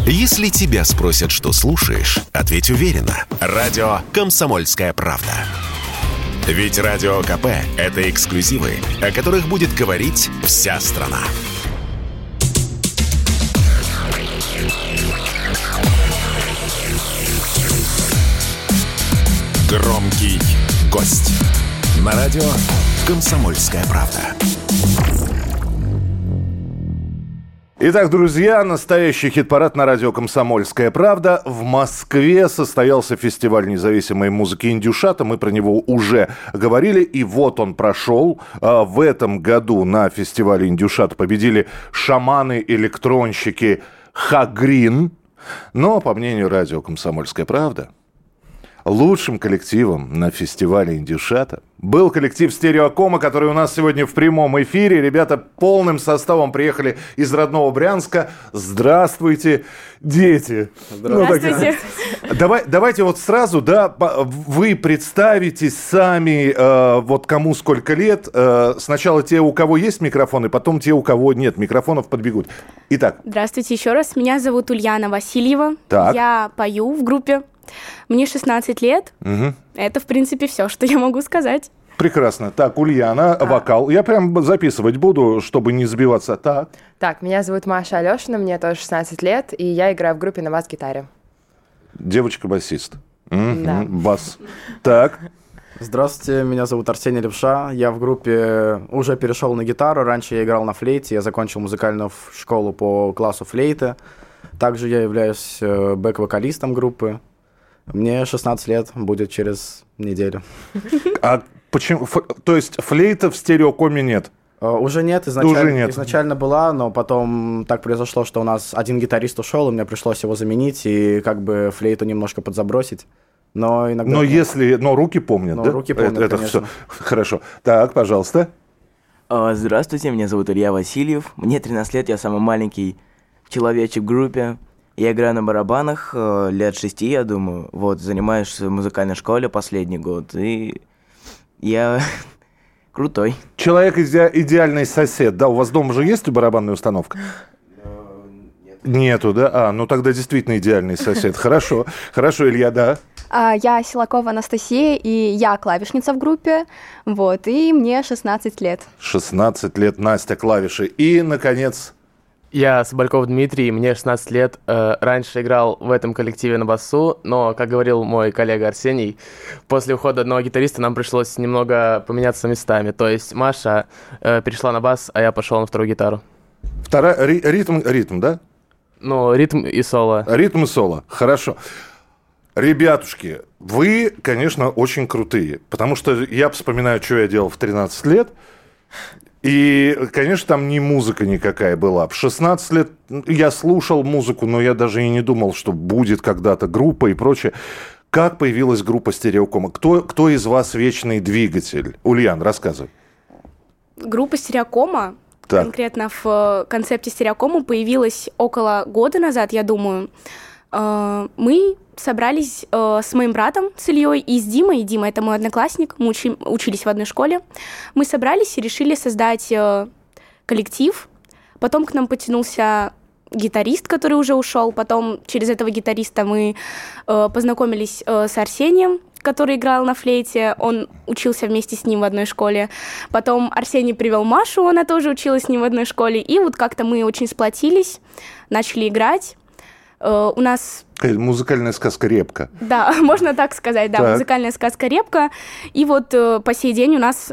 Если тебя спросят, что слушаешь, ответь уверенно. Радио «Комсомольская правда». Ведь Радио КП – это эксклюзивы, о которых будет говорить вся страна. Громкий гость. На радио «Комсомольская правда». Итак, друзья, настоящий хит-парад на радио «Комсомольская правда». В Москве состоялся фестиваль независимой музыки «Индюшата». Мы про него уже говорили, и вот он прошел. В этом году на фестивале «Индюшата» победили шаманы-электронщики «Хагрин». Но, по мнению радио «Комсомольская правда», лучшим коллективом на фестивале «Индюшата» был коллектив «Стереокома», который у нас сегодня в прямом эфире. Ребята полным составом приехали из родного Брянска. Здравствуйте, дети. Здравствуйте. Давайте вот сразу, да, вы представитесь сами, вот кому сколько лет. Сначала те, у кого есть микрофон, и потом те, у кого нет микрофонов, подбегут. Итак. Здравствуйте еще раз. Меня зовут Ульяна Васильева. Так. Я пою в группе. Мне 16 лет. Угу. Это, в принципе, все, что я могу сказать. Прекрасно. Так, Ульяна, вокал. Я прям записывать буду, чтобы не сбиваться. Так, меня зовут Маша Алешина, мне тоже 16 лет, и я играю в группе на бас-гитаре. Девочка-басист. Да. Бас. Так. Здравствуйте, меня зовут Арсений Левша. Я в группе уже перешел на гитару. Раньше я играл на флейте. Я закончил музыкальную школу по классу флейты. Также я являюсь бэк-вокалистом группы. Мне 16 лет, будет через неделю. А почему? То есть флейта в «Стереокоме» нет? Уже нет. Изначально была, но потом так произошло, что у нас один гитарист ушел, и мне пришлось его заменить и как бы флейту немножко подзабросить. Но иногда... Но руки помнят, да? Руки помнят, это конечно. Все. Хорошо. Так, пожалуйста. Здравствуйте, меня зовут Илья Васильев. Мне 13 лет, я самый маленький человечек в группе. Я играю на барабанах лет 6, я думаю. Вот, занимаюсь в музыкальной школе последний год. И я крутой. Человек идеальный сосед. Да, у вас дома же есть барабанная установка? Нету, да? Ну тогда действительно идеальный сосед. Хорошо, Илья, да. Я Силакова Анастасия, и я клавишница в группе. Вот, и мне 16 лет. 16 лет, Настя, клавиши. И, наконец... Я Собольков Дмитрий, мне 16 лет. Раньше играл в этом коллективе на басу, но, как говорил мой коллега Арсений, после ухода одного гитариста нам пришлось немного поменяться местами. То есть Маша перешла на бас, а я пошел на вторую гитару. Ритм, да? Ну, ритм и соло. Ритм и соло, хорошо. Ребятушки, вы, конечно, очень крутые, потому что я вспоминаю, что я делал в 13 лет. И, конечно, там не музыка никакая была. В 16 лет я слушал музыку, но я даже и не думал, что будет когда-то группа и прочее. Как появилась группа «Стереокома»? Кто из вас вечный двигатель? Ульян, рассказывай. Группа «Стереокома», конкретно в концепте «Стереокома», появилась около года назад, я думаю. Мы собрались с моим братом, с Ильей, и с Димой. Дима — это мой одноклассник, мы учились в одной школе. Мы собрались и решили создать коллектив. Потом к нам потянулся гитарист, который уже ушел. Потом через этого гитариста мы познакомились с Арсением, который играл на флейте. Он учился вместе с ним в одной школе. Потом Арсений привел Машу, она тоже училась с ним в одной школе. И вот как-то мы очень сплотились, начали играть. У нас... Музыкальная сказка «Репка». Да, можно так сказать, да, музыкальная сказка «Репка». И вот по сей день у нас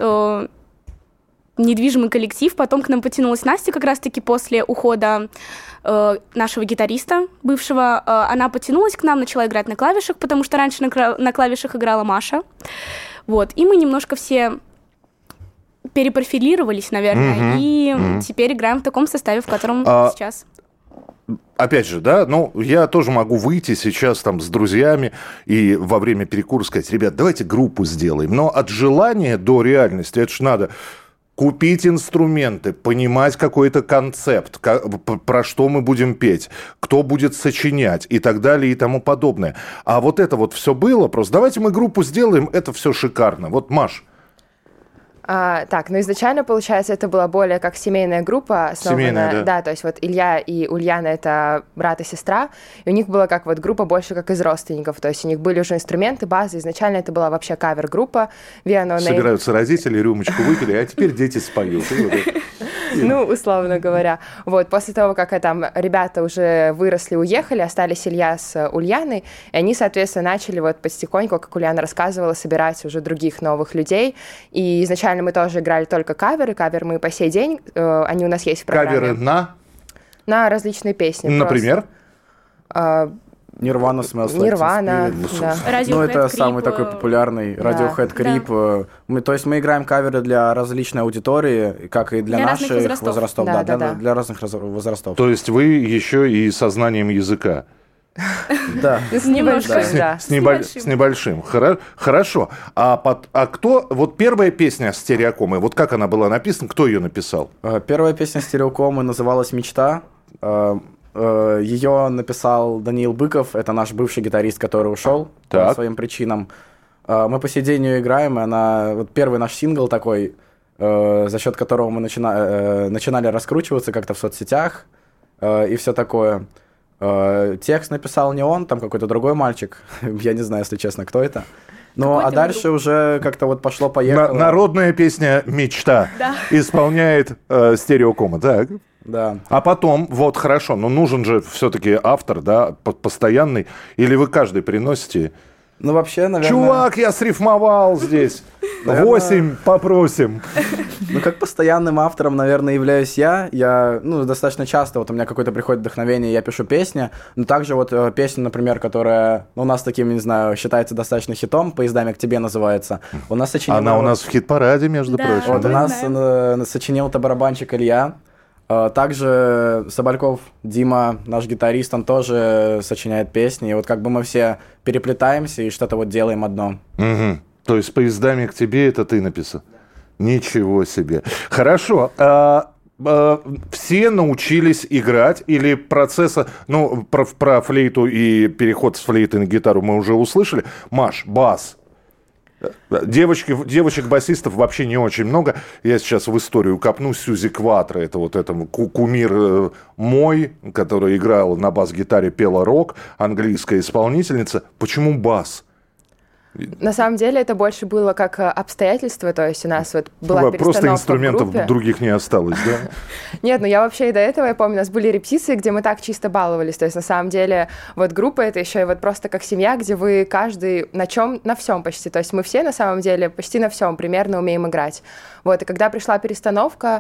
недвижимый коллектив. Потом к нам потянулась Настя как раз-таки после ухода нашего гитариста бывшего. Она потянулась к нам, начала играть на клавишах, потому что раньше на клавишах играла Маша. Вот, и мы немножко все перепрофилировались, наверное, теперь играем в таком составе, в котором сейчас... Опять же, да, я тоже могу выйти сейчас там с друзьями и во время перекура сказать: ребят, давайте группу сделаем. Но от желания до реальности это ж надо купить инструменты, понимать какой-то концепт, про что мы будем петь, кто будет сочинять и так далее и тому подобное. А вот это вот все было просто. Давайте мы группу сделаем, это все шикарно. Вот, Маш. Так, ну изначально, получается, это была более как семейная группа, основанная... Семейная, да. Да, то есть вот Илья и Ульяна — это брат и сестра, и у них была как вот группа больше как из родственников, то есть у них были уже инструменты, базы, изначально это была вообще кавер-группа. Собираются родители, рюмочку выпили, а теперь дети споют. Ну, условно говоря. Вот, после того, как там ребята уже выросли, уехали, остались Илья с Ульяной, и они, соответственно, начали вот потихоньку, как Ульяна рассказывала, собирать уже других новых людей. И изначально мы тоже играли только каверы. Каверы мы по сей день, они у нас есть в программе. Каверы на различные песни. Например? Нирвана, Smells Like Нирвана, Teen Spirit. да. Ну, это самый такой популярный. Radiohead, Creep. То есть мы играем каверы для различной аудитории, как и для наших возрастов. Для разных возрастов. То есть вы еще и со знанием языка. Да. С небольшим, да. С небольшим. Хорошо. А кто... Вот первая песня «Стереокомы», вот как она была написана, кто ее написал? Первая песня «Стереокомы» называлась «Мечта». Ее написал Даниил Быков, это наш бывший гитарист, который ушел по своим причинам. Мы по сей день ее играем, и она... Вот первый наш сингл такой, за счет которого мы начинали раскручиваться как-то в соцсетях и все такое. Текст написал не он, там какой-то другой мальчик, я не знаю, если честно, кто это. Ну, а дальше уже как-то вот пошло-поехало. Народная песня «Мечта» исполняет «Стереокома», так? Да. А потом, вот хорошо, но нужен же все-таки автор, да, постоянный, или вы каждый приносите? Ну, вообще, наверное... Чувак, я срифмовал здесь. 8 попросим. Ну, как постоянным автором, наверное, являюсь я. Я, достаточно часто, вот у меня какое-то приходит вдохновение, я пишу песни. Но также вот песня, например, которая у нас таким, не знаю, считается достаточно хитом, «Поездами к тебе» называется. У нас сочинила... Она у нас в хит-параде, между прочим. Вот у нас сочинил это барабанщик Илья. Также Собольков Дима, наш гитарист, он тоже сочиняет песни. И вот как бы мы все переплетаемся и что-то вот делаем одно. Угу. То есть «Поездами к тебе» это ты написал? Да. Ничего себе. Хорошо. Все научились играть или процесса... Ну, про флейту и переход с флейты на гитару мы уже услышали. Маш, бас. Девочек-басистов вообще не очень много. Я сейчас в историю копну. Сьюзи Кватро, это вот кумир мой, который играл на бас-гитаре, пела рок, английская исполнительница. Почему бас? На самом деле это больше было как обстоятельство, то есть у нас вот была перестановка просто инструментов в группе. Других не осталось, да? Нет, я вообще и до этого, я помню, у нас были репетиции, где мы так чисто баловались, то есть на самом деле вот группа это еще и вот просто как семья, где вы каждый на всем почти, то есть мы все на самом деле почти на всем примерно умеем играть. Вот, и когда пришла перестановка,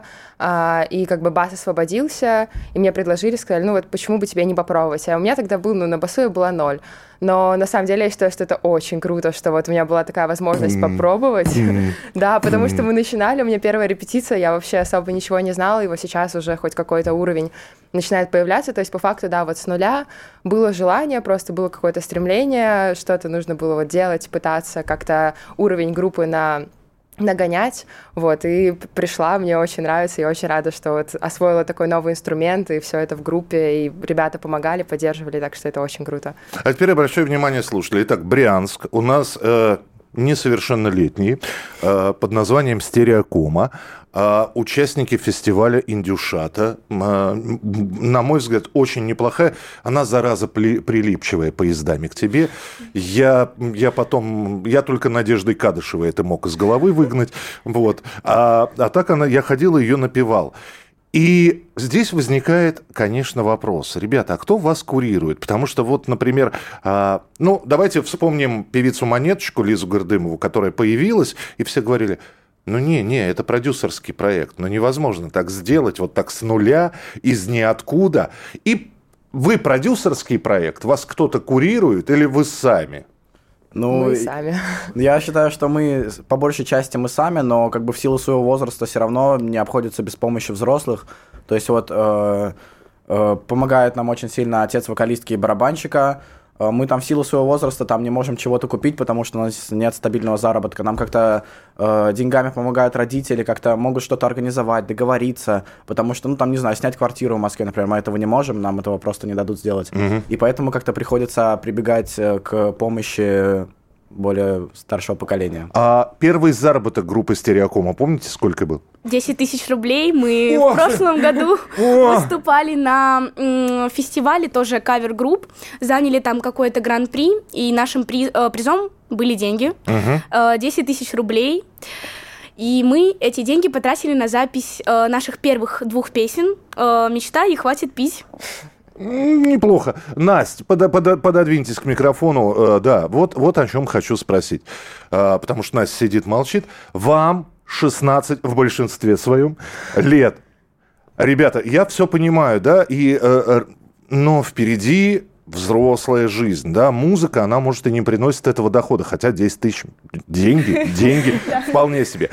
и как бы бас освободился, и мне предложили, сказали, вот почему бы тебе не попробовать, а у меня тогда был, на басу я была 0. Но на самом деле я считаю, что это очень круто, что вот у меня была такая возможность попробовать. Да, потому что мы начинали, у меня первая репетиция, я вообще особо ничего не знала, и вот сейчас уже хоть какой-то уровень начинает появляться. То есть по факту, да, вот с нуля было желание, просто было какое-то стремление, что-то нужно было вот делать, пытаться как-то уровень группы нагонять, вот, и пришла, мне очень нравится, я очень рада, что вот освоила такой новый инструмент, и все это в группе, и ребята помогали, поддерживали, так что это очень круто. А теперь обращаю внимание слушателей. Итак, Брянск, у нас несовершеннолетний, под названием «Стереокома», участники фестиваля «Индюшата». На мой взгляд, очень неплохая. Она, зараза, прилипчивая «Поездами к тебе». Я только Надеждой Кадышевой это мог из головы выгнать. Вот. А так я ходил и ее напевал. И здесь возникает, конечно, вопрос. Ребята, а кто вас курирует? Потому что вот, например, давайте вспомним певицу Монеточку Лизу Гордымову, которая появилась, и все говорили... это продюсерский проект, невозможно так сделать, вот так с нуля, из ниоткуда. И вы продюсерский проект, вас кто-то курирует или вы сами? Мы сами. Я считаю, что мы, по большей части мы сами, но как бы в силу своего возраста все равно не обходится без помощи взрослых. То есть вот помогает нам очень сильно отец вокалистки и барабанщика. Мы там в силу своего возраста там не можем чего-то купить, потому что у нас нет стабильного заработка. Нам как-то деньгами помогают родители, как-то могут что-то организовать, договориться, потому что, не знаю, снять квартиру в Москве, например, мы этого не можем, нам этого просто не дадут сделать. И поэтому как-то приходится прибегать к помощи более старшего поколения. А первый заработок группы «Стереокома», помните, сколько был? 10 тысяч рублей. Мы в прошлом году выступали на фестивале, тоже кавер-групп, заняли там какой-то гран-при, и нашим призом были деньги, 10 тысяч рублей. И мы эти деньги потратили на запись наших первых 2 песен «Мечта» и «Хватит пить». Неплохо. Настя, пододвиньтесь к микрофону. Да, вот о чем хочу спросить. Потому что Настя сидит, молчит. Вам 16 в большинстве своем лет. Ребята, я все понимаю, да, но впереди взрослая жизнь, да, музыка, она, может, и не приносит этого дохода, хотя 10 тысяч деньги вполне себе.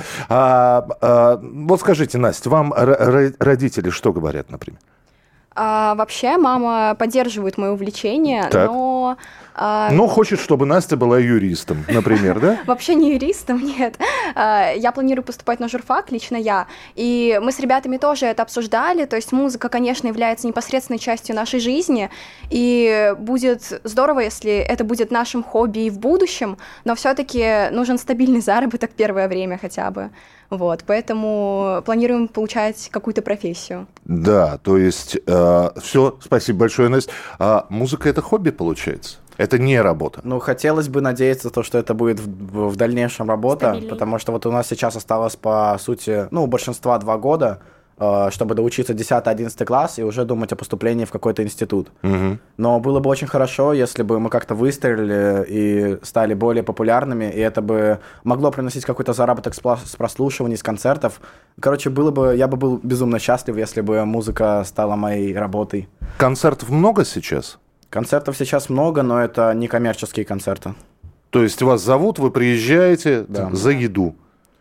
Вот скажите, Настя, вам родители что говорят, например? Вообще, мама поддерживает мое увлечение, но... Но хочет, чтобы Настя была юристом, например, да? Вообще не юристом, нет. Я планирую поступать на журфак, лично я. И мы с ребятами тоже это обсуждали. То есть музыка, конечно, является непосредственной частью нашей жизни. И будет здорово, если это будет нашим хобби и в будущем. Но все-таки нужен стабильный заработок первое время хотя бы. Вот, поэтому планируем получать какую-то профессию. Да, то есть все, спасибо большое, Настя. Музыка — это хобби, получается? Это не работа? Ну, хотелось бы надеяться, что это будет в дальнейшем работа, потому что вот у нас сейчас осталось, по сути, у большинства 2 года, чтобы доучиться 10-11 класс и уже думать о поступлении в какой-то институт. Угу. Но было бы очень хорошо, если бы мы как-то выстрелили и стали более популярными, и это бы могло приносить какой-то заработок с прослушиваний, с концертов. Короче, я бы был безумно счастлив, если бы музыка стала моей работой. Концертов много сейчас? Концертов сейчас много, но это не коммерческие концерты. То есть вас зовут, вы приезжаете за еду?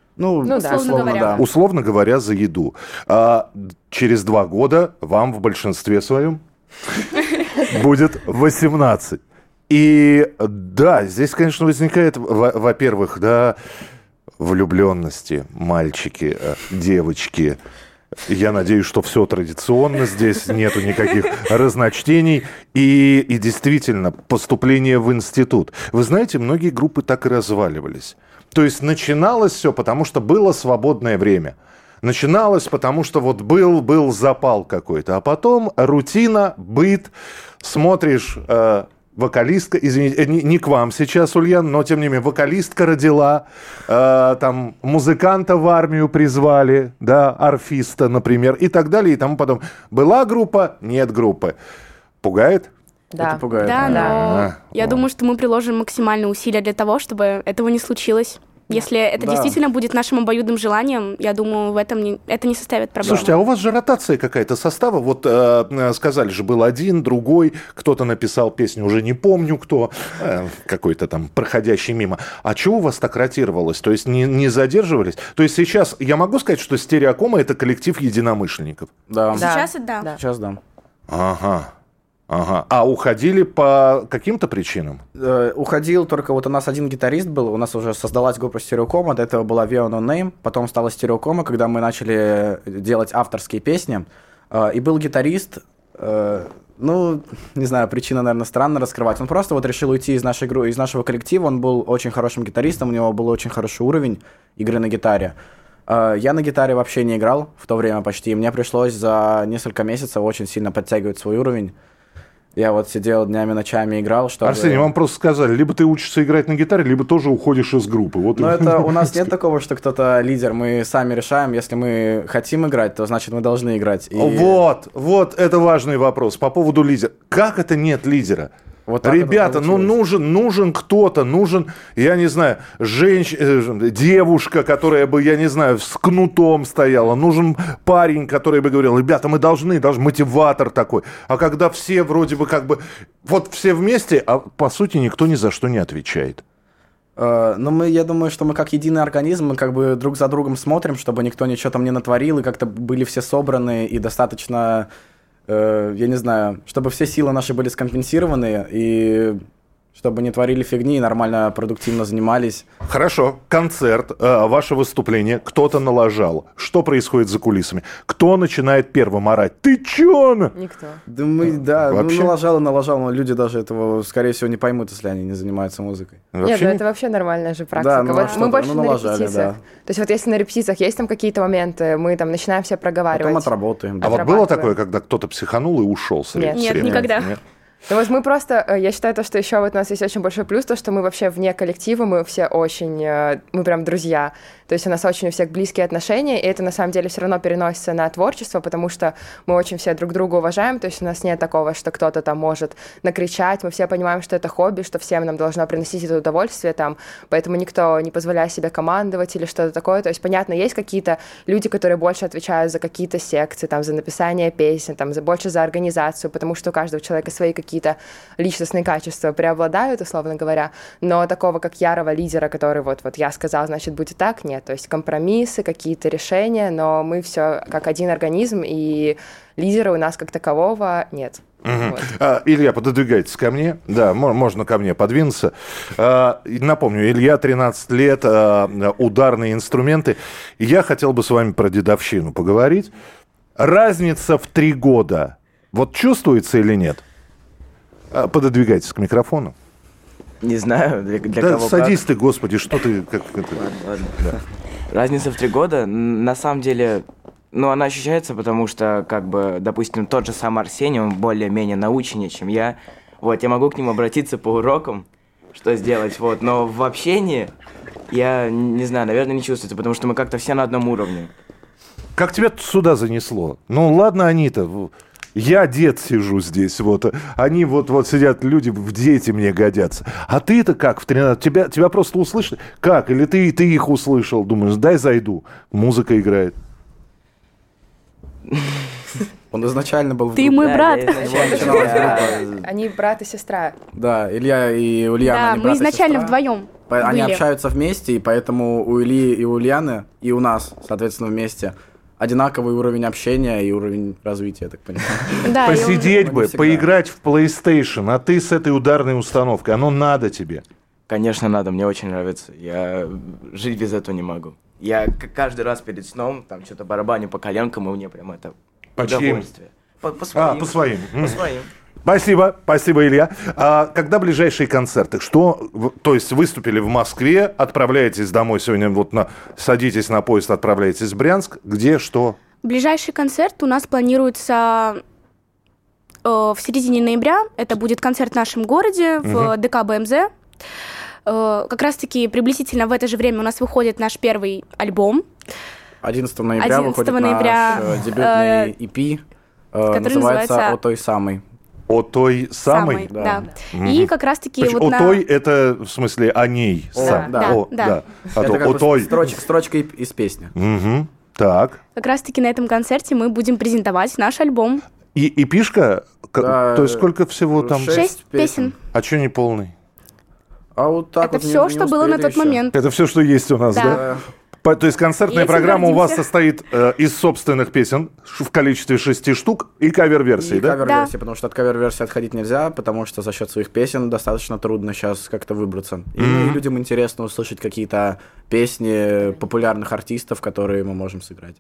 Условно говоря, за еду. Через 2 года вам в большинстве своем будет 18. И да, здесь, конечно, возникает, во-первых, да, влюбленности, мальчики, девочки. Я надеюсь, что все традиционно, здесь нету никаких разночтений. И действительно, поступление в институт. Вы знаете, многие группы так и разваливались. То есть начиналось все, потому что было свободное время. Начиналось, потому что вот был запал какой-то. А потом рутина, быт, смотришь... Вокалистка, извините, не к вам сейчас, Ульян, но тем не менее, вокалистка родила, там музыканта в армию призвали, да, арфиста, например, и так далее, и тому потом. Была группа, нет группы. Пугает? Да. Это пугает. Да, но я думаю, что мы приложим максимальные усилия для того, чтобы этого не случилось. Если это действительно будет нашим обоюдным желанием, я думаю, это не составит проблем. Слушайте, а у вас же ротация какая-то состава. Вот сказали же, был один, другой, кто-то написал песню, уже не помню кто, какой-то там проходящий мимо. А чего у вас так ротировалось? То есть не задерживались? То есть сейчас я могу сказать, что «Стереокома» — это коллектив единомышленников? Да. Сейчас да. Сейчас да. Ага. А уходили по каким-то причинам? Уходил только вот у нас один гитарист был, у нас уже создалась группа «Стереокома», до этого была «Veo No Name», потом стала «Стереокома», когда мы начали делать авторские песни, и был гитарист, не знаю, причина, наверное, странно раскрывать, он просто вот решил уйти из нашего коллектива, он был очень хорошим гитаристом, у него был очень хороший уровень игры на гитаре. Я на гитаре вообще не играл в то время почти, и мне пришлось за несколько месяцев очень сильно подтягивать свой уровень. Я вот сидел днями, ночами играл, чтобы... Арсений, вам просто сказали, либо ты учишься играть на гитаре, либо тоже уходишь из группы. Вот это у нас нет такого, что кто-то лидер. Мы сами решаем, если мы хотим играть, то значит мы должны играть. Вот это важный вопрос по поводу лидера. Как это нет лидера? Вот ребята, нужен кто-то, я не знаю, девушка, которая бы, я не знаю, с кнутом стояла, нужен парень, который бы говорил, ребята, мы должны, мотиватор такой. А когда все вроде бы вот все вместе, а по сути никто ни за что не отвечает. Я думаю, что мы как единый организм, мы друг за другом смотрим, чтобы никто ничего там не натворил, и как-то были все собраны и достаточно... я не знаю, чтобы все силы наши были скомпенсированы, и чтобы не творили фигни и нормально, продуктивно занимались. Хорошо, концерт, ваше выступление, кто-то налажал. Что происходит за кулисами? Кто начинает первым орать? Ты чё? Никто. Да мы, Вообще? налажал, но люди даже этого, скорее всего, не поймут, если они не занимаются музыкой. Нет, это вообще нормальная же практика. Да, ну, вот мы больше на налажали, репетициях. да. То есть вот если на репетициях есть там какие-то моменты, мы там начинаем все проговаривать. Потом отработаем. А вот было такое, когда кто-то психанул и ушел с Нет, репетиции? никогда. Нет? Ну вот мы просто, я считаю, то, что еще вот у нас есть очень большой плюс, то, что мы вообще вне коллектива, мы все очень, мы прям друзья. То есть у нас очень у всех близкие отношения, и это на самом деле все равно переносится на творчество, потому что мы очень все друг друга уважаем, то есть у нас нет такого, что кто-то там может накричать, мы все понимаем, что это хобби, что всем нам должно приносить это удовольствие там, поэтому никто не позволяет себе командовать или что-то такое. То есть, понятно, есть какие-то люди, которые больше отвечают за какие-то секции, там, за написание песен, там, больше за организацию, потому что у каждого человека свои какие-то личностные качества преобладают, условно говоря, но такого, как ярого лидера, который вот я сказал, значит, будет так, нет. То есть компромиссы, какие-то решения, но мы все как один организм, и лидера у нас как такового нет. Угу. Вот. Илья, пододвигайтесь ко мне. Да, можно ко мне подвинуться. Напомню, Илья, 13 лет, ударные инструменты. Я хотел бы с вами про дедовщину поговорить. Разница в 3 года. Вот чувствуется или нет? Пододвигайтесь к микрофону. Не знаю, для Да кого садись как. ты, господи, что ты... Ладно. Да. Разница в 3 года, на самом деле, она ощущается, потому что, допустим, тот же сам Арсений, он более-менее научнее, чем я. Вот, я могу к нему обратиться по урокам, что сделать, но в общении я, не знаю, наверное, не чувствуется, потому что мы как-то все на одном уровне. Как тебя сюда занесло? Ну, ладно они-то... Я дед сижу здесь, они сидят, люди в дети мне годятся. А ты-то как в 13? Тебя просто услышали? Как? Или ты их услышал? Думаешь, дай зайду. Музыка играет. Он изначально был в Ты группе. мой брат. Они брат и сестра. Да, Илья и Ульяна. Да, они мы брат и изначально сестра. вдвоем Они были. общаются вместе, и поэтому у Ильи и у Ульяны, и у нас, соответственно, вместе одинаковый уровень общения и уровень развития, я так понимаю. Да, и он- Посидеть бы, всегда. поиграть в PlayStation, а ты с этой ударной установкой. Оно надо тебе. Конечно, надо, мне очень нравится. Я жить без этого не могу. Я каждый раз перед сном там что-то барабаню по коленкам, и мне прям это По чьим? удовольствие. По своим. По своим. По своим. Спасибо, Илья. А когда ближайшие концерты? То есть выступили в Москве, отправляетесь домой сегодня, садитесь на поезд, отправляетесь в Брянск. Где, что? Ближайший концерт у нас планируется в середине ноября. Это будет концерт в нашем городе, в ДК БМЗ. Как раз-таки приблизительно в это же время у нас выходит наш первый альбом. 11 ноября 11 выходит ноября, наш дебютный EP, который называется «О той самой». О той самой? Да. И как раз-таки О той, это в смысле о ней. Да. А то Это о той. строчка из песни. Угу. Так. Как раз-таки на этом концерте мы будем презентовать наш альбом. И пишка? Да, То есть сколько всего там? 6 песен. А что не полный? А вот так Это вот все, не что было на успели тот еще. момент. Это все, что есть у нас, Да. да? То есть концертная И этим программа у вас гордимся. состоит из собственных песен в количестве 6 штук и кавер-версии, И да? кавер-версии, потому что от кавер-версии отходить нельзя, потому что за счет своих песен достаточно трудно сейчас как-то выбраться. И людям интересно услышать какие-то песни популярных артистов, которые мы можем сыграть.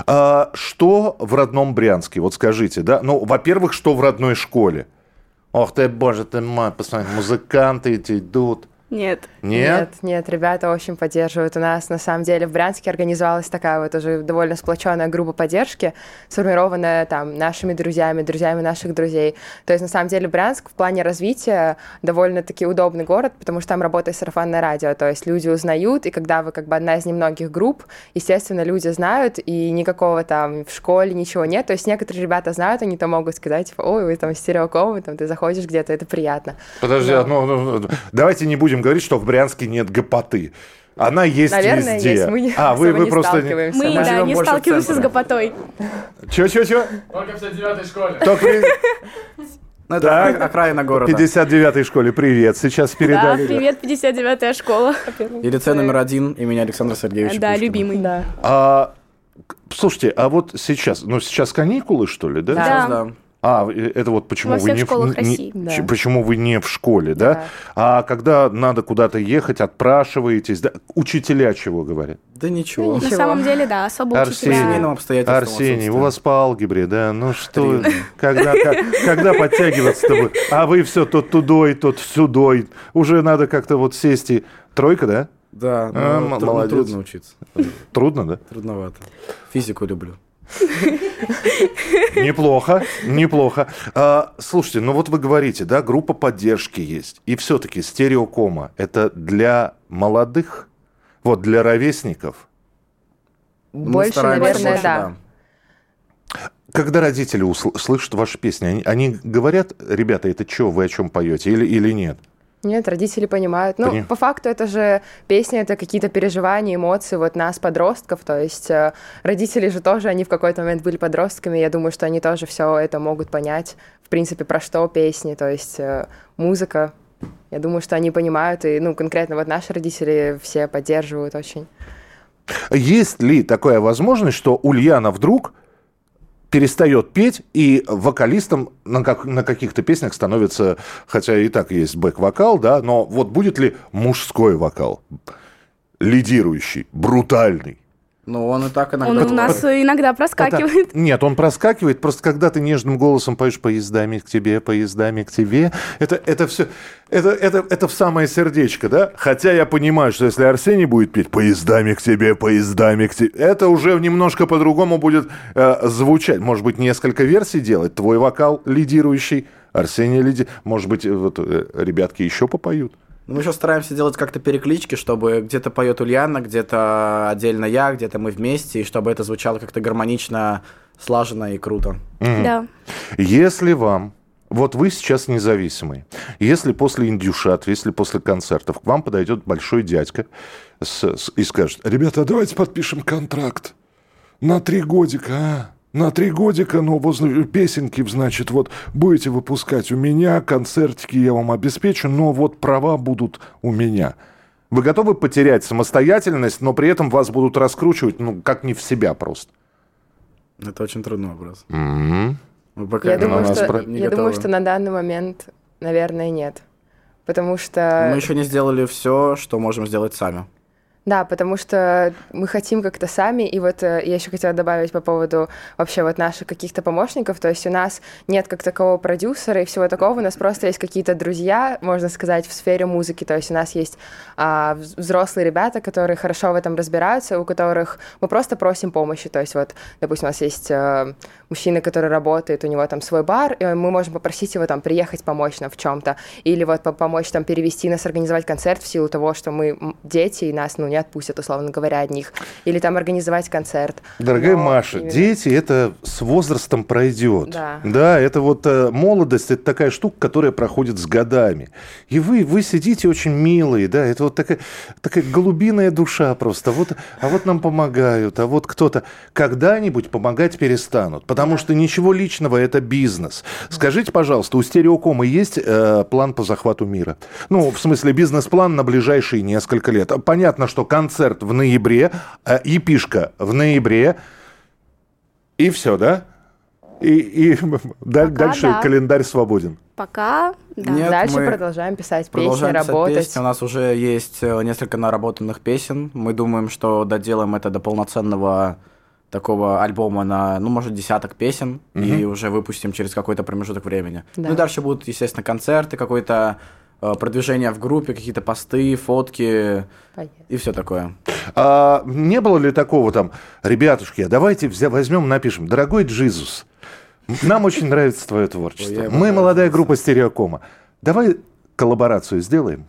Что в родном Брянске? Вот скажите, да? Ну, во-первых, что в родной школе? Ох ты, боже ты мой, посмотри, музыканты эти идут. Нет. Нет? Нет, ребята очень поддерживают. У нас, на самом деле, в Брянске организовалась такая уже довольно сплоченная группа поддержки, сформированная там нашими друзьями наших друзей. То есть, на самом деле, Брянск в плане развития довольно-таки удобный город, потому что там работает сарафанное радио, то есть люди узнают, и когда вы одна из немногих групп, естественно, люди знают, и никакого там в школе ничего нет. То есть некоторые ребята знают, они там могут сказать, типа, ой, вы там стереокомы, там ты заходишь где-то, это приятно. Подожди, давайте не будем говорить, что в Брянске нет гопоты. Она есть Наверное, везде. есть. Мы вы не просто... сталкиваемся. Мы, живем не больше в сталкиваемся с центре. гопотой. Чё? Только в 59-й школе. Ну, это Так. окраина города. 59-й школе привет. Сейчас Да, передали. привет, 59-я школа. И лицей номер 1 имени Александра Сергеевича Да, Пушкина. любимый. Да. Слушайте, а вот сейчас, сейчас каникулы, что ли, да? Да. Сейчас, да. Это вот почему вы не школах России. Да. почему вы не в школе, да? Да. А когда надо куда-то ехать, отпрашиваетесь, да? Учителя чего говорят? Да ничего. На самом деле, да, особо Арсений. учителя... Семейным обстоятельствам Арсений, отсутствия. у вас по алгебре, да? Ну что, когда подтягиваться-то вы? А вы все то тудой, то сюдой. Уже надо как-то вот сесть и... Тройка, да? Да, молодец. трудно учиться. Трудно, да? Трудновато. Физику люблю. Неплохо. Слушайте, ну вот вы говорите, да, группа поддержки есть. И все-таки стереокома – это для молодых? Вот для ровесников? Больше, наверное, да. Когда родители слышат ваши песни, они говорят, ребята, это что, вы о чем поете, или нет? Нет, родители понимают. Ну, по факту это же песня, это какие-то переживания, эмоции вот нас, подростков. То есть родители же тоже, они в какой-то момент были подростками. Я думаю, что они тоже все это могут понять. В принципе, про что песни, то есть музыка. Я думаю, что они понимают. И, ну, конкретно вот наши родители все поддерживают очень. Есть ли такая возможность, что Ульяна вдруг перестает петь, и вокалистом на каких-то песнях становится, хотя и так есть бэк-вокал, да, но вот будет ли мужской вокал, лидирующий, брутальный? Ну, он и так иногда... Он у нас иногда проскакивает. Нет, он проскакивает, просто когда ты нежным голосом поешь «Поездами к тебе, это все, это в самое сердечко, да? Хотя я понимаю, что если Арсений будет петь «Поездами к тебе», это уже немножко по-другому будет звучать. Может быть, несколько версий делать, твой вокал лидирующий, Арсений может быть, вот, ребятки еще попоют. Мы еще стараемся делать как-то переклички, чтобы где-то поет Ульяна, где-то отдельно я, где-то мы вместе, и чтобы это звучало как-то гармонично, слаженно и круто. Да. Если вам, вот вы сейчас независимый, если после индюшат, если после концертов к вам подойдет большой дядька и скажет: ребята, давайте подпишем контракт на 3 годика, На 3 годика, но возле песенки, значит, вот будете выпускать у меня, концертики я вам обеспечу, но вот права будут у меня. Вы готовы потерять самостоятельность, но при этом вас будут раскручивать, ну, как не в себя просто? Это очень трудный вопрос. Я думаю, что на данный момент, наверное, нет. Потому что... Мы еще не сделали все, что можем сделать сами. Да, потому что мы хотим как-то сами, и вот я еще хотела добавить по поводу вообще вот наших каких-то помощников, то есть у нас нет как такового продюсера и всего такого, у нас просто есть какие-то друзья, можно сказать, в сфере музыки, то есть у нас есть взрослые ребята, которые хорошо в этом разбираются, у которых мы просто просим помощи, то есть вот, допустим, у нас есть мужчина, который работает, у него там свой бар, и мы можем попросить его там приехать помочь нам в чем-то, или вот помочь там перевести нас, организовать концерт в силу того, что мы дети, и нас, не отпустят, условно говоря, одних. Или там организовать концерт. Дорогая Маша, дети, это с возрастом пройдет. Да. Да, это вот молодость, это такая штука, которая проходит с годами. И вы сидите очень милые, да, это вот такая голубиная душа просто. А вот нам помогают, а вот кто-то когда-нибудь помогать перестанут. Потому что ничего личного, это бизнес. Скажите, пожалуйста, у Стереокома есть план по захвату мира? Ну, в смысле, бизнес-план на ближайшие несколько лет. Понятно, что концерт в ноябре, епишка в ноябре, и все, да? И дальше да. Календарь свободен. Пока, да. Нет, дальше продолжаем писать песни, работать. Песни. У нас уже есть несколько наработанных песен. Мы думаем, что доделаем это до полноценного такого альбома на, может, 10 песен, и уже выпустим через какой-то промежуток времени. Да. Ну и дальше будут, естественно, концерты, какой-то продвижение в группе, какие-то посты, фотки. Понятно. И все такое. Не было ли такого там: ребятушки, давайте возьмем, напишем: дорогой Джизус, нам очень нравится твое творчество. Мы молодая группа Стереокома. Давай коллаборацию сделаем.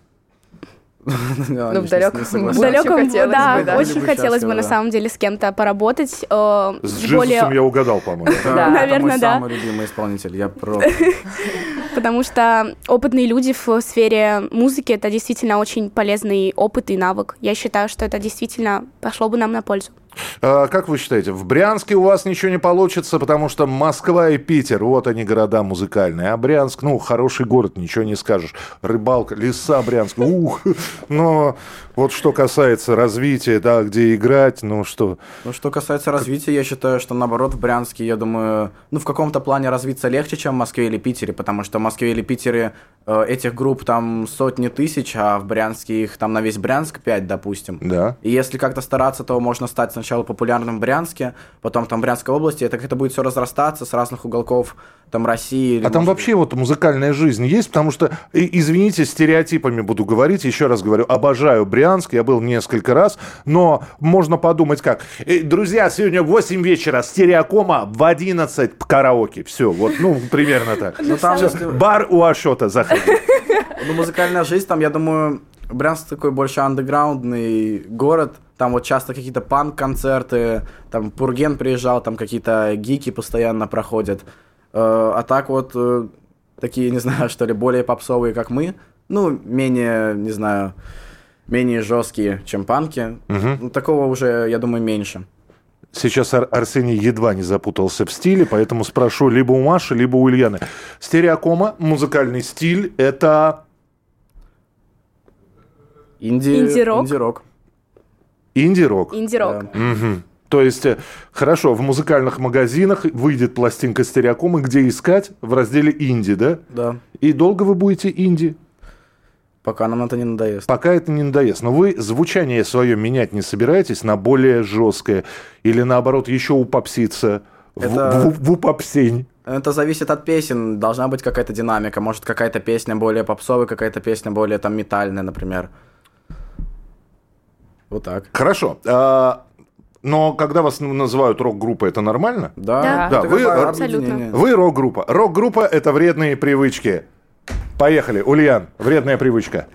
В далеком, да, очень хотелось бы на самом деле с кем-то поработать. С Джизусом я угадал, по-моему. Наверное, да. Это мой самый любимый исполнитель, я просто... Потому что опытные люди в сфере музыки — это действительно очень полезный опыт и навык. Я считаю, что это действительно пошло бы нам на пользу. Как вы считаете, в Брянске у вас ничего не получится, потому что Москва и Питер, вот они города музыкальные, а Брянск, хороший город, ничего не скажешь. Рыбалка, леса Брянска, но вот что касается развития, да, где играть, что... Что касается развития, я считаю, что наоборот в Брянске, я думаю, в каком-то плане развиться легче, чем в Москве или Питере, потому что в Москве или Питере этих групп там сотни тысяч, а в Брянске их там на весь Брянск 5, допустим. Да. И если как-то стараться, то можно стать сначала популярным в Брянске, потом там в Брянской области, это будет все разрастаться с разных уголков там России. А там вообще музыкальная жизнь есть, потому что, извините, стереотипами буду говорить, еще раз говорю, обожаю Брянск, я был несколько раз, но можно подумать как. Друзья, сегодня в 8 вечера стереокома, в 11 караоке. Все, примерно так. Бар у Ашота, заходи. Музыкальная жизнь, там, я думаю, Брянск такой больше андеграундный город, там часто какие-то панк-концерты, там Пурген приезжал, там какие-то гики постоянно проходят. А так такие, не знаю, что ли, более попсовые, как мы, менее, не знаю, менее жесткие, чем панки. Такого уже, я думаю, меньше. Сейчас Арсений едва не запутался в стиле, поэтому спрошу либо у Маши, либо у Ульяны. Стереокома, музыкальный стиль, это... Инди-рок. Инди-рок? Инди-рок. Да. Угу. То есть, хорошо, в музыкальных магазинах выйдет пластинка стереокомы, где искать? В разделе инди, да? Да. И долго вы будете инди? Пока нам это не надоест. Пока это не надоест. Но вы звучание свое менять не собираетесь на более жесткое? Или наоборот еще упопситься? В упопсень? Это зависит от песен. Должна быть какая-то динамика. Может, какая-то песня более попсовая, какая-то песня более там метальная, например. Вот так. Хорошо. Но когда вас называют рок-группой, это нормально? Да. Вы, абсолютно. Вы рок-группа. Рок-группа – это вредные привычки. Поехали. Ульян, вредная привычка.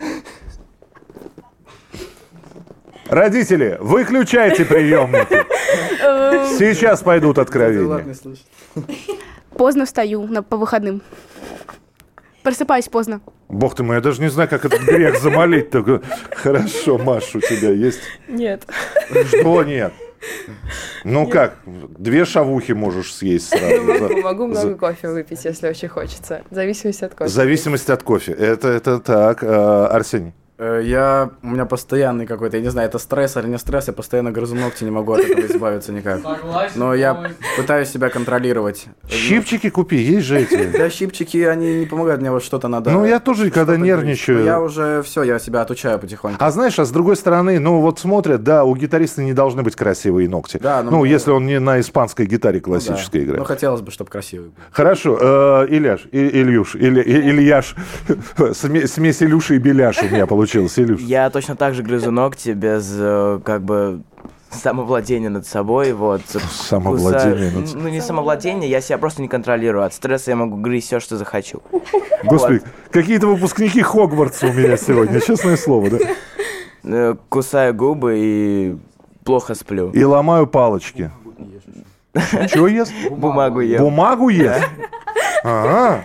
Родители, выключайте приемники. Сейчас пойдут откровения. Поздно встаю по выходным. Просыпаюсь поздно. Бог ты мой, я даже не знаю, как этот грех замолить. Хорошо, Маш, у тебя есть? Нет. Что нет? Как? 2 шавухи можешь съесть сразу. Могу много кофе выпить, если очень хочется. В зависимости от кофе. В зависимости от кофе. Это так. Арсений? У меня постоянный какой-то, я не знаю, это стресс или не стресс, я постоянно грызу ногти, не могу от этого избавиться никак. Но я пытаюсь себя контролировать. Щипчики купи, есть же эти. Да, щипчики, они не помогают, мне что-то надо. Я тоже, когда нервничаю. Я уже я себя отучаю потихоньку. А знаешь, с другой стороны, смотрят, да, у гитариста не должны быть красивые ногти. Да, если он не на испанской гитаре классической играет. Хотелось бы, чтобы красивый был. Хорошо, Ильяш, смесь Илюши и Беляш у меня получилось. Илюш. Я точно так же грызу ногти без, самовладения над собой, Самовладение над собой. Не самовладение, я себя просто не контролирую. От стресса я могу грызть все, что захочу. Господи, какие-то выпускники Хогвартса у меня сегодня, честное слово, да? Кусаю губы и плохо сплю. И ломаю палочки. Чего ест? Бумагу ем. Бумагу ест? Ага.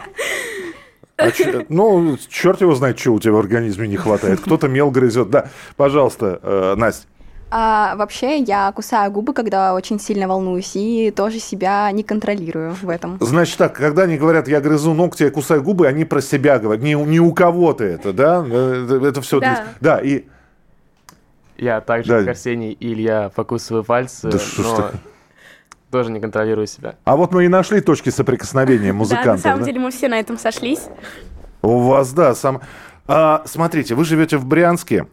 Черт его знает, что у тебя в организме не хватает. Кто-то мел грызет. Да, пожалуйста, Настя. Вообще, я кусаю губы, когда очень сильно волнуюсь, и тоже себя не контролирую в этом. Значит так, когда они говорят, я грызу ногти, я кусаю губы, они про себя говорят. Не у кого-то это, да? Это все... Да, и... Я так же, как Арсений и Илья, покусываю пальцы, но тоже не контролирую себя. А вот мы и нашли точки соприкосновения музыкантов. Да, на самом деле мы все на этом сошлись. У вас, да, смотрите, вы живете в Брянске.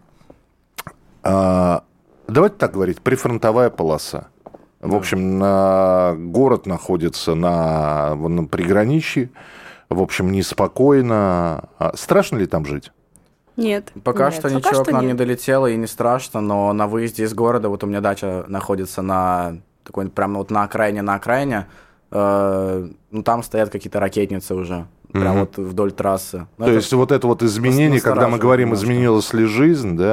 Давайте так говорить, прифронтовая полоса. В общем, город находится на приграничье. В общем, неспокойно. Страшно ли там жить? Нет. Пока что ничего к нам не долетело и не страшно, но на выезде из города, у меня дача находится на такой прям на окраине, там стоят какие-то ракетницы уже, прям вдоль трассы. То есть это изменение, когда мы говорим, изменилась ли жизнь, да,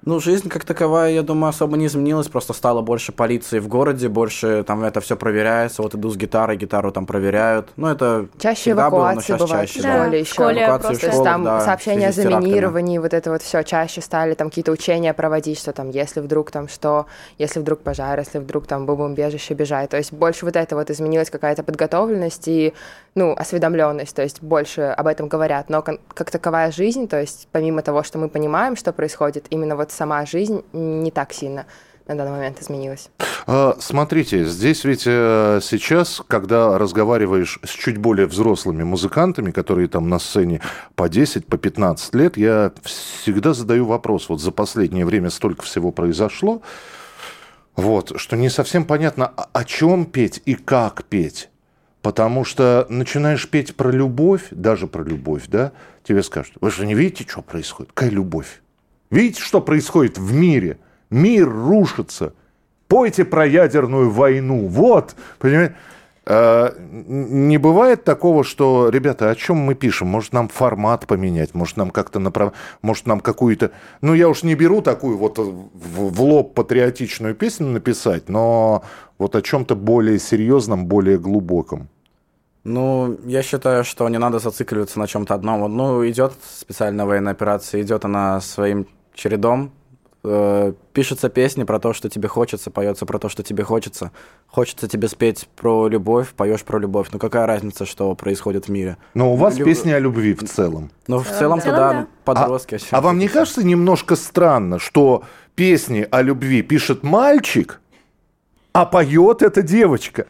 Ну, жизнь как таковая, я думаю, особо не изменилась, просто стало больше полиции в городе, больше там это все проверяется, вот иду с гитарой, гитару там проверяют, ну, это чаще эвакуации бывают чаще, в школе еще. В школе То есть там сообщения о заминировании, вот это вот все чаще стали, там какие-то учения проводить, что там, если вдруг там что, если вдруг пожар, если вдруг там бомбоубежище бежать, то есть больше вот это вот изменилась какая-то подготовленность и, ну, осведомленность, то есть больше об этом говорят, но как таковая жизнь, то есть помимо того, что мы понимаем, что происходит, именно вот сама жизнь не так сильно на данный момент изменилась. Смотрите, здесь ведь сейчас, когда разговариваешь с чуть более взрослыми музыкантами, которые там на сцене по 10, по 15 лет, я всегда задаю вопрос, вот за последнее время столько всего произошло, вот, что не совсем понятно, о чем петь и как петь. Потому что начинаешь петь про любовь, даже про любовь, да, тебе скажут, вы же не видите, что происходит? Какая любовь? Видите, что происходит в мире? Мир рушится. Пойте про ядерную войну. Вот, понимаете? Не бывает такого, что, ребята, о чем мы пишем? Может, нам формат поменять? Может, нам как-то может, нам какую-то... Ну, я уж не беру такую вот в лоб патриотичную песню написать, но вот о чем-то более серьезном, более глубоком. Ну, я считаю, что не надо зацикливаться на чем-то одном. Ну, идет специальная военная операция, идет она своим чередом. Пишется песни про то, что тебе хочется, поется про то, что тебе хочется. Хочется тебе спеть про любовь, поешь про любовь. Ну, какая разница, что происходит в мире? Но у вас песни о любви в целом. Ну, в целом-то, да, подростки. А вам не кажется немножко странно, что песни о любви пишет мальчик, а поет эта девочка?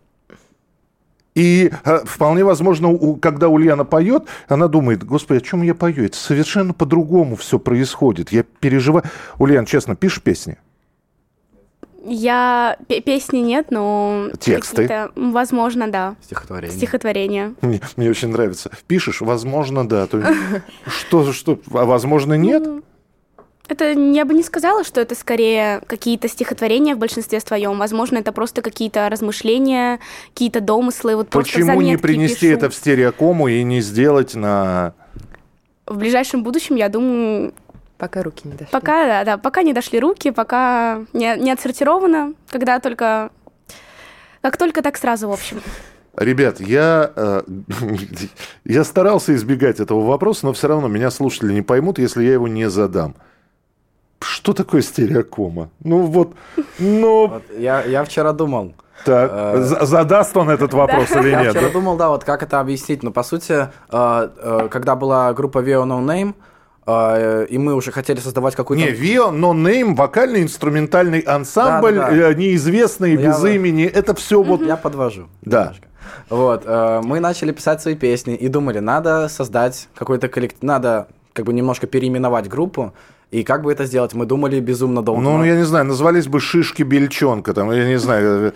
И вполне возможно, когда Ульяна поет, она думает, господи, о чем я пою? Это совершенно по-другому все происходит. Я переживаю. Ульяна, честно, пишешь песни? Песни нет, но... Тексты? Возможно, да. Стихотворения. Мне очень нравится. Пишешь? Возможно, да. Что? А возможно, нет? Это я бы не сказала, что это скорее какие-то стихотворения в большинстве своем. Возможно, это просто какие-то размышления, какие-то домыслы. Вот почему не принести это в стереокому и не сделать на... В ближайшем будущем, я думаю... Пока руки не дошли. Пока не дошли руки, пока не отсортировано, как только, так сразу, в общем. Ребят, я старался избегать этого вопроса, но все равно меня слушатели не поймут, если я его не задам. Что такое стереокома? Я вчера думал. Так, задаст он этот вопрос или нет? Я вчера думал, да, вот как это объяснить. Но, по сути, когда была группа VIO No Name, и мы уже хотели создавать какую-то... Не, VIO No Name, вокально-инструментальный ансамбль, да. Неизвестный, без имени, это все вот... Я подвожу. Да. Вот, мы начали писать свои песни и думали, надо создать какой-то коллектив, надо как бы немножко переименовать группу. И как бы это сделать? Мы думали безумно долго. Ну, я не знаю, назвались бы «Шишки-бельчонка», там, я не знаю.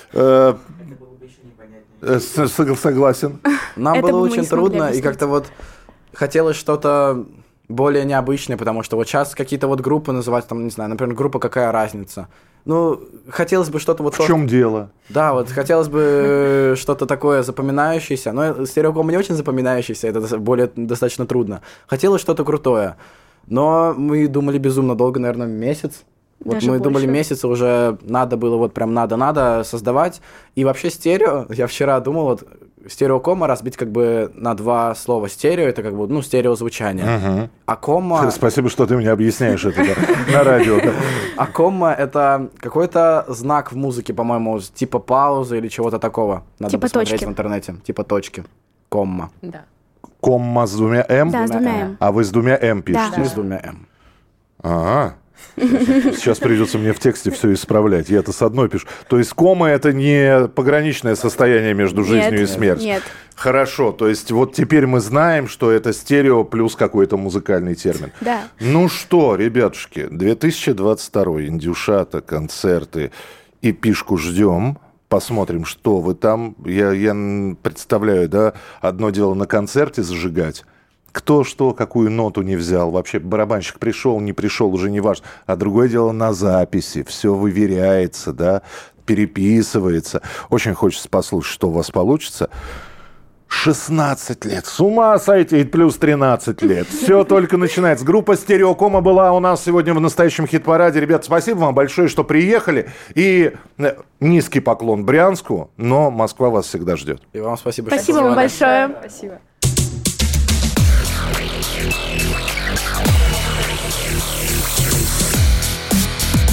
Согласен. Нам было очень трудно, и как-то вот хотелось что-то более необычное, потому что вот сейчас какие-то вот группы называть, там, не знаю, например, группа «Какая разница?». Ну, хотелось бы что-то вот... В чем дело? Да, вот хотелось бы что-то такое запоминающееся, но стереоком не очень запоминающийся, это более достаточно трудно. Хотелось что-то крутое. Но мы думали безумно долго, наверное, месяц. Вот даже мы больше. Думали месяц, уже надо было, вот прям надо создавать. И вообще стерео, я вчера думал, вот стереокома разбить как бы на два слова. Стерео — это как бы, ну, стереозвучание. Угу. А кома... Спасибо, что ты мне объясняешь это на радио. А кома — это какой-то знак в музыке, по-моему, типа паузы или чего-то такого. Надо посмотреть в интернете. Типа точки. Комма. Да. Комма с двумя «м»? Да, с двумя «м». А вы с двумя «м» пишете? Да. С двумя «м». Ага. Сейчас придется мне в тексте все исправлять. Я-то с одной пишу. То есть кома — это не пограничное состояние между жизнью и смертью? Нет. Хорошо. То есть вот теперь мы знаем, что это стерео плюс какой-то музыкальный термин. Да. Ну что, ребятушки, 2022, индюшата, концерты, эпишку ждем. Посмотрим, что вы там. Я представляю, да, одно дело на концерте зажигать. Кто что, какую ноту не взял. Вообще барабанщик пришел, не пришел, уже не важно. А другое дело на записи. Все выверяется, да, переписывается. Очень хочется послушать, что у вас получится. 16 лет. С ума сойти, и плюс 13 лет. Все только начинается. Группа «Стереокома» была у нас сегодня в настоящем хит-параде. Ребята, спасибо вам большое, что приехали. И низкий поклон Брянску, но Москва вас всегда ждет. И вам спасибо. Спасибо вам большое. Спасибо.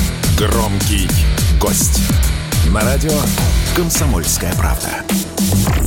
Громкий гость. На радио «Комсомольская правда».